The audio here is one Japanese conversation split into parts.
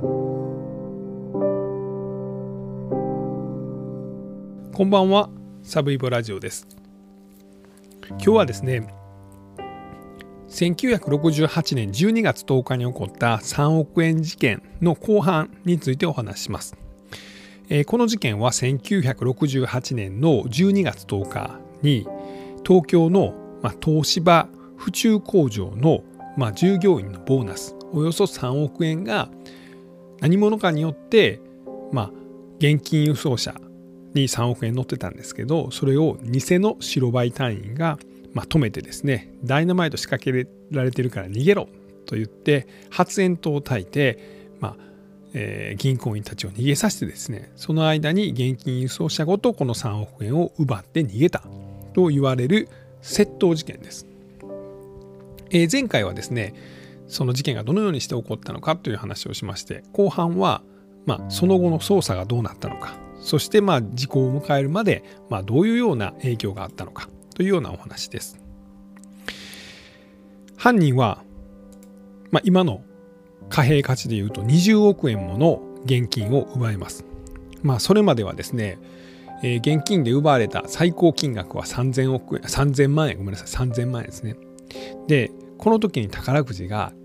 こんばんは、サブイボラジオです。今日はですね、1968年12月10日に起こった3億円事件の後半についてお話しします。この事件は1968年の12月10日に東京の東芝府中工場の従業員のボーナスおよそ3億円が何者かによって現金輸送車に3億円乗ってたんですけど、それを偽の白バイ隊員が止めてですね、ダイナマイト仕掛けられてるから逃げろと言って発煙筒を焚いて、銀行員たちを逃げさせてですね、その間に現金輸送車ごとこの3億円を奪って逃げたと言われる窃盗事件です。前回はですね、その事件がどのようにして起こったのかという話をしまして、後半はその後の捜査がどうなったのか、そして時効を迎えるまでどういうような影響があったのかというようなお話です。犯人は今の貨幣価値でいうと20億円もの現金を奪います。それまではですね、現金で奪われた最高金額は3000万円ですね。で、この時に宝くじが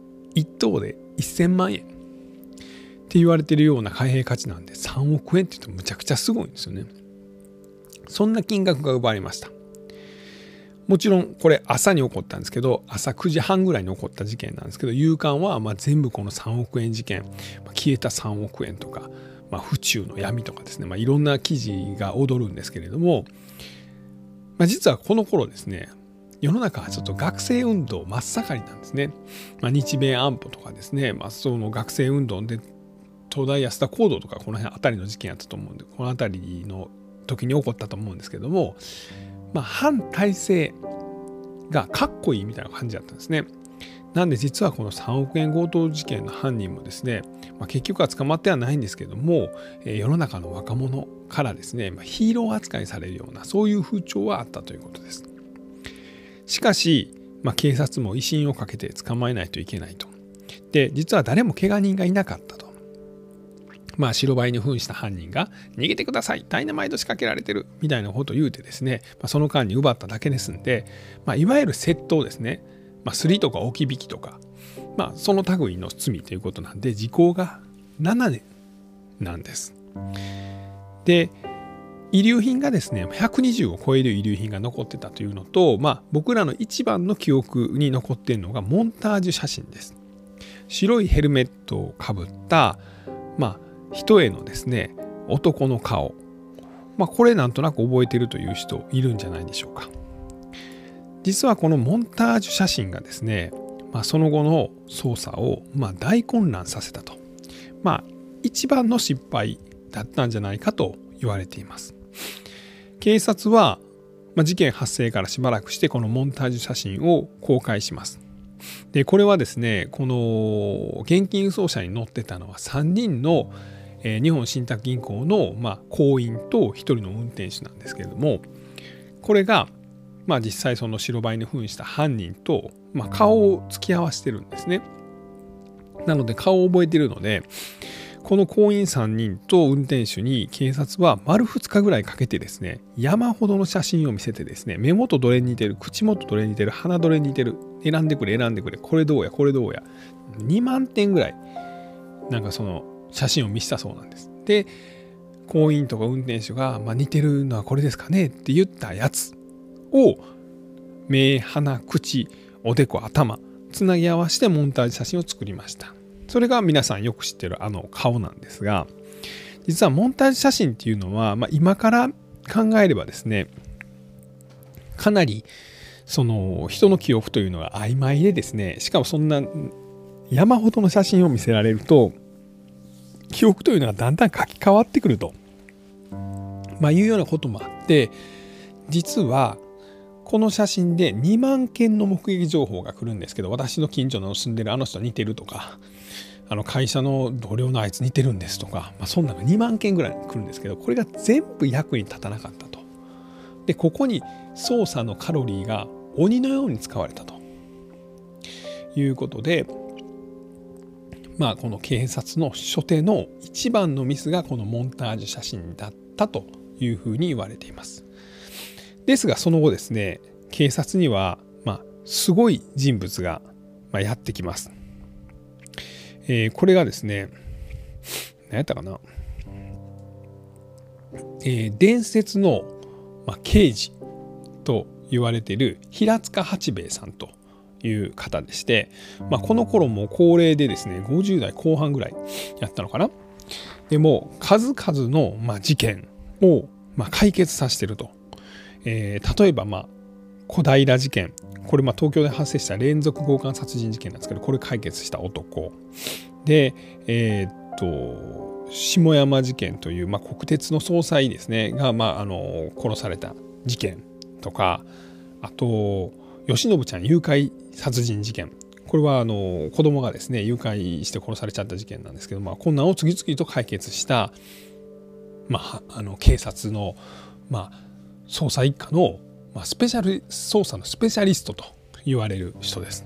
1等で1000万円って言われているような貨幣価値なんで、3億円って言うとむちゃくちゃすごいんですよね。そんな金額が奪われました。もちろんこれ朝に起こったんですけど、朝9時半ぐらいに起こった事件なんですけど、夕刊は全部この3億円事件、消えた3億円とか、府中の闇とかですね、いろんな記事が踊るんですけれども、実はこの頃ですね、世の中はちょっと学生運動真っ盛りなんですね。日米安保とかですね、その学生運動で東大安田講堂とかこの辺あたりの事件やったと思うんで、このあたりの時に起こったと思うんですけども、反体制がかっこいいみたいな感じだったんですね。なんで実はこの3億円強盗事件の犯人もですね、結局は捕まってはないんですけども、世の中の若者からですね、ヒーロー扱いされるようなそういう風潮はあったということです。しかし、警察も威信をかけて捕まえないといけないと。で、実は誰も怪我人がいなかったと。白バイに扮した犯人が逃げてください、ダイナマイト仕掛けられてるみたいなことを言うてですね、その間に奪っただけですんで、いわゆる窃盗ですね、すりとか置き引きとか、その類の罪ということなんで、時効が7年なんです。で、遺留品がですね120を超える遺留品が残ってたというのと、僕らの一番の記憶に残っているのがモンタージュ写真です。白いヘルメットをかぶった一重のですね男の顔、これなんとなく覚えているという人いるんじゃないでしょうか。実はこのモンタージュ写真がですね、その後の捜査を大混乱させたと、一番の失敗だったんじゃないかと言われています。警察は事件発生からしばらくしてこのモンタージュ写真を公開します。で、これはですね、この現金輸送車に乗ってたのは3人の日本信託銀行の行員と1人の運転手なんですけれども、これが実際その白バイに扮した犯人と顔を突き合わせてるんですね。なので顔を覚えているので、この行員3人と運転手に警察は丸2日ぐらいかけてですね、山ほどの写真を見せてですね、目元どれに似てる、口元どれに似てる、鼻どれに似てる、選んでくれ、これどうや、2万点ぐらいその写真を見せたそうなんです。で、行員とか運転手が、似てるのはこれですかねって言ったやつを目、鼻、口、おでこ、頭つなぎ合わせてモンタージュ写真を作りました。それが皆さんよく知ってるあの顔なんですが、実はモンタージュ写真っていうのは、今から考えればですね、かなりその人の記憶というのが曖昧でですね、しかもそんな山ほどの写真を見せられると記憶というのがだんだん書き換わってくると、いうようなこともあって、実はこの写真で2万件の目撃情報が来るんですけど、私の近所の住んでるあの人似てるとか、会社の同僚のあいつ似てるんですとか、そんなの2万件ぐらい来るんですけど、これが全部役に立たなかったと。で、ここに捜査のカロリーが鬼のように使われたということで、 この警察の初手の一番のミスがこのモンタージュ写真だったというふうに言われています。ですがその後ですね、警察にはすごい人物がやってきます。これがですね、何やったかな、伝説の刑事と言われている平塚八兵衛さんという方でして、この頃も高齢でですね、50代後半ぐらいやったのかな。でも数々の事件を解決させてると。例えば小平事件、これ東京で発生した連続強姦殺人事件なんですけど、これ解決した男で、下山事件という国鉄の総裁ですねが殺された事件とか、あと吉信ちゃん誘拐殺人事件、これは子供がですね誘拐して殺されちゃった事件なんですけど、こんなを次々と解決した警察の捜査一課のスペシャル捜査のスペシャリストと言われる人です。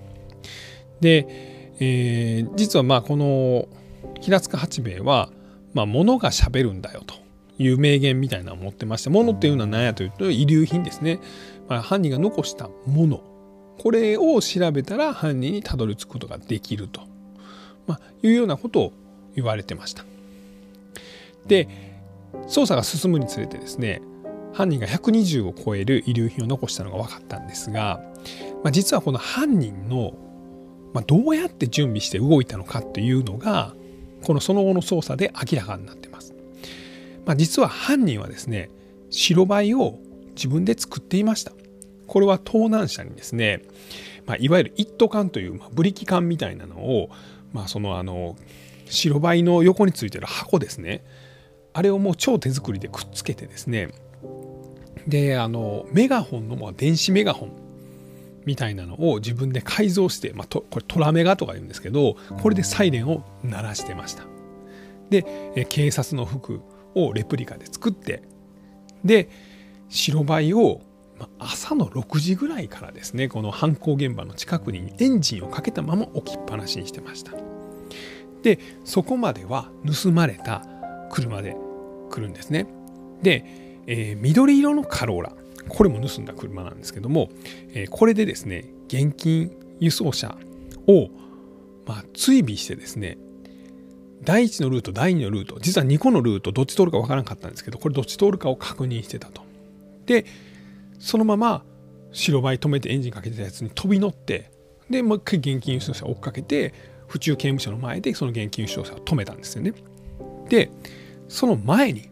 で、実はこの平塚八兵衛は物がしゃべるんだよという名言みたいなのを持ってまして、物っていうのは何やというと遺留品ですね。犯人が残したもの、これを調べたら犯人にたどり着くことができると、いうようなことを言われてました。で、捜査が進むにつれてですね、犯人が120を超える遺留品を残したのが分かったんですが、実はこの犯人のどうやって準備して動いたのかっていうのがこのその後の捜査で明らかになってます。実は犯人はですね、白バイを自分で作っていました。これは盗難車にですね、いわゆる一斗缶というブリキ缶みたいなのを、その白バイの横についてる箱ですね、あれをもう超手作りでくっつけてですね、でメガホンの電子メガホンみたいなのを自分で改造して、これトラメガとか言うんですけど、これでサイレンを鳴らしてました。で警察の服をレプリカで作って、で白バイを朝の6時ぐらいからですね、この犯行現場の近くにエンジンをかけたまま置きっぱなしにしてました。でそこまでは盗まれた車で来るんですね。で緑色のカローラ、これも盗んだ車なんですけども、これでですね現金輸送車を追尾してですね、第1のルート第2のルート、実は2個のルートどっち通るかわからなかったんですけど、これどっち通るかを確認してたと。でそのまま白バイ止めてエンジンかけてたやつに飛び乗って、でもう一回現金輸送車を追っかけて府中刑務所の前でその現金輸送車を止めたんですよね。でその前に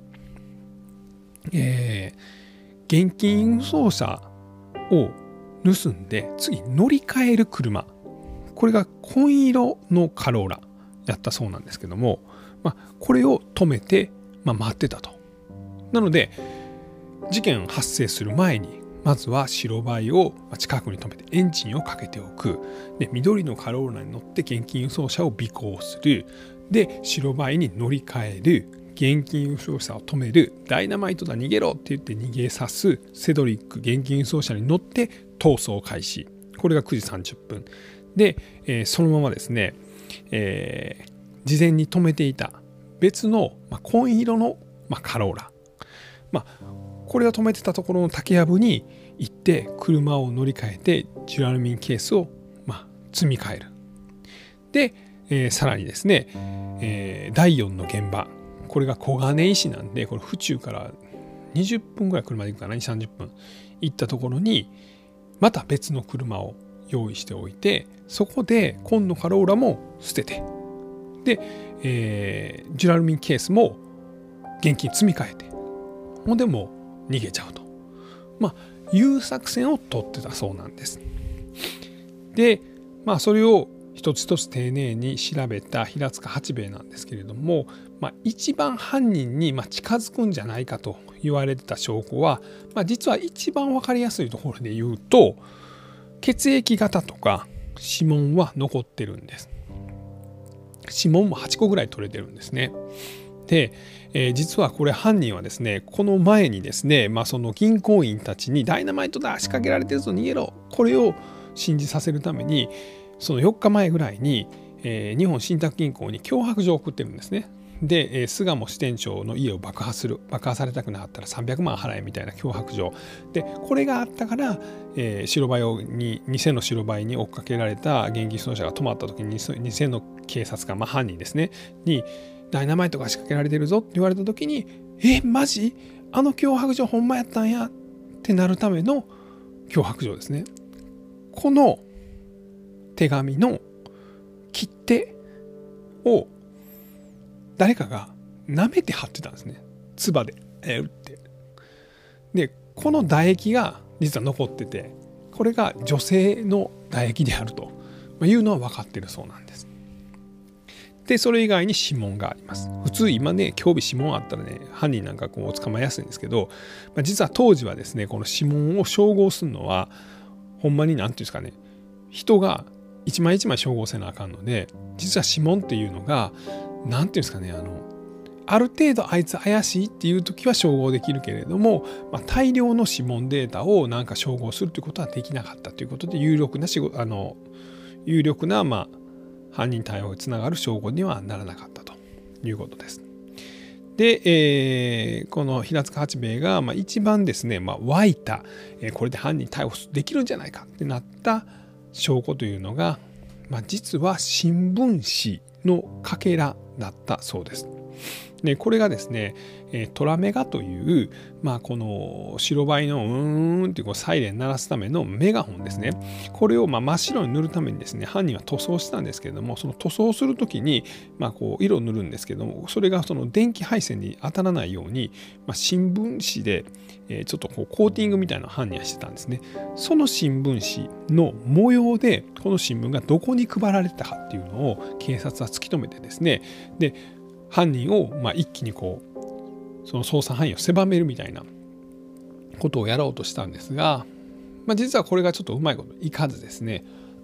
現金輸送車を盗んで次乗り換える車、これが紺色のカローラやったそうなんですけども、これを止めて、待ってたと。なので事件発生する前にまずは白バイを近くに止めてエンジンをかけておく。で緑のカローラに乗って現金輸送車を尾行する。で白バイに乗り換える。現金輸送車を止める。ダイナマイトだ逃げろって言って逃げさす。セドリック現金輸送車に乗って逃走開始。これが9時30分で、そのままですね、事前に止めていた別の、紺色の、カローラ、これを止めてたところの竹やぶに行って車を乗り換えてジュラルミンケースを、積み替える。で、さらにですね、第4の現場、これが小金井市なんで、これ府中から20分ぐらい車で行くかな、2、30分行ったところにまた別の車を用意しておいて、そこで紺のカローラも捨てて、で、ジュラルミンケースも現金積み替えて、ほんでもう逃げちゃうと、いう作戦を取ってたそうなんです。でそれを一つ一つ丁寧に調べた平塚八兵衛なんですけれども、一番犯人に近づくんじゃないかと言われてた証拠は、実は一番分かりやすいところで言うと血液型とか指紋は残ってるんです。指紋も8個ぐらい取れてるんですね。で、実はこれ犯人はですね、この前にですね、その銀行員たちにダイナマイトだ、仕掛けられてるぞ、逃げろ、これを信じさせるためにその4日前ぐらいに、 日本信託銀行に脅迫状を送ってるんですね。で、巣鴨支店長の家を爆破されたくなかったら300万払えみたいな脅迫状で、これがあったから、偽の白バイに追っかけられた現金輸送車が止まった時に偽の警察官、犯人ですねにダイナマイトが仕掛けられてるぞって言われた時に、マジあの脅迫状ほんまやったんやってなるための脅迫状ですね。この手紙の切手を誰かが舐めて貼ってたんですね。唾でって。でこの唾液が実は残ってて、これが女性の唾液であるというのは分かってるそうなんです。でそれ以外に指紋があります。普通今ね、胸部指紋あったらね、犯人なんかこう捕まえやすいんですけど、実は当時はですね、この指紋を照合するのはほんまに何ていうんですかね、人が一枚一枚照合せなあかんので、実は指紋っていうのが何ていうんですかね、ある程度あいつ怪しいっていう時は照合できるけれども、大量の指紋データをなんか照合するということはできなかったということで、有力な犯人逮捕につながる証拠にはならなかったということです。で、この平塚八兵衛が一番ですね、湧いた、これで犯人逮捕できるんじゃないかってなった証拠というのが、実は新聞紙のかけらだったそうです。でこれがですね、トラメガという、この白バイのっていうサイレン鳴らすためのメガホンですね。これを真っ白に塗るためにですね、犯人は塗装したんですけれども、その塗装するときに、こう色を塗るんですけども、それがその電気配線に当たらないように、新聞紙で、ちょっとこうコーティングみたいなのを犯人はしてたんですね。その新聞紙の模様で、この新聞がどこに配られたかっていうのを警察は突き止めてですね、で犯人を一気にこうその捜査範囲を狭めるみたいなことをやろうとしたんですが、実はこれがちょっとうまいこといかずですね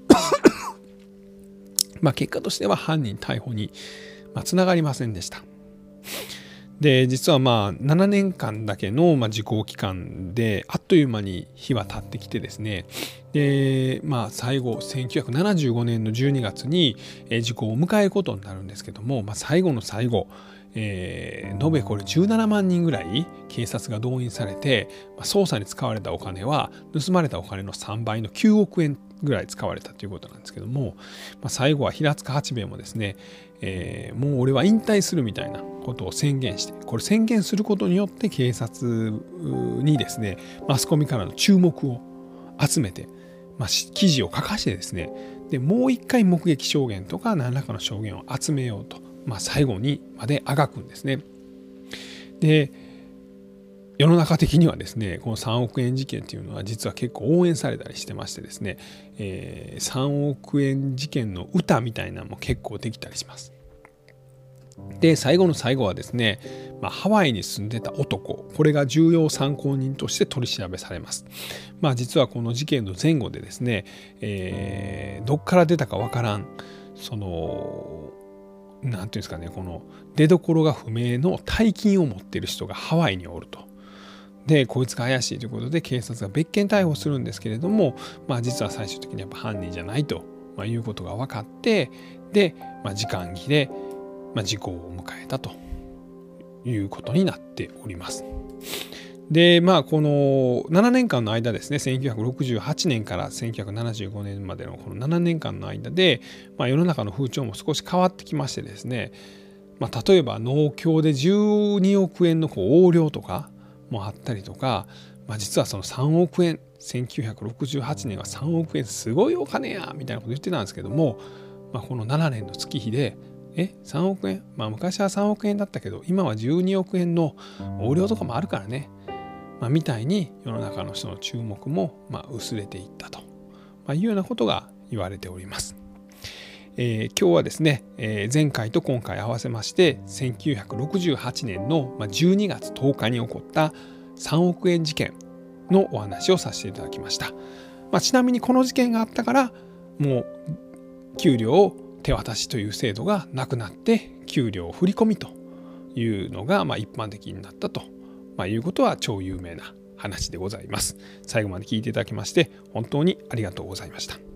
結果としては犯人逮捕につながりませんでした。で実は7年間だけの時効期間であっという間に日は経ってきてですね、で最後1975年の12月に時効を迎えることになるんですけども、最後の最後、延べこれ17万人ぐらい警察が動員されて、捜査に使われたお金は盗まれたお金の3倍の9億円ぐらい使われたということなんですけども、最後は平塚八兵衛もですね、もう俺は引退するみたいなことを宣言して、これ宣言することによって警察にですね、マスコミからの注目を集めて、記事を書かしてですね、でもう一回目撃証言とか何らかの証言を集めようと、最後にまであがくんですね。で世の中的にはですね、この3億円事件っていうのは実は結構応援されたりしてましてですね、3億円事件の歌みたいなのも結構できたりします。で最後の最後はですね、ハワイに住んでた男、これが重要参考人として取り調べされます。実はこの事件の前後でですね、どっから出たかわからん、そのなんていうんですかね、この出所が不明の大金を持っている人がハワイにおると。でこいつが怪しいということで警察が別件逮捕するんですけれども、実は最終的にやっぱ犯人じゃないということが分かって、で、時間切れ、時効を迎えたということになっております。でこの7年間の間ですね、1968年から1975年までのこの7年間の間で、世の中の風潮も少し変わってきましてですね、例えば農協で12億円の横領とかもあったりとか、実はその3億円、1968年は3億円すごいお金やみたいなこと言ってたんですけども、この7年の月日で3億円、昔は3億円だったけど今は12億円の横領とかもあるからね、みたいに世の中の人の注目も薄れていったというようなことが言われております。今日はですね、前回と今回合わせまして1968年の12月10日に起こった3億円事件のお話をさせていただきました。ちなみにこの事件があったからもう給料を手渡しという制度がなくなって給料振り込みというのが一般的になったということは超有名な話でございます。最後まで聞いていただきまして本当にありがとうございました。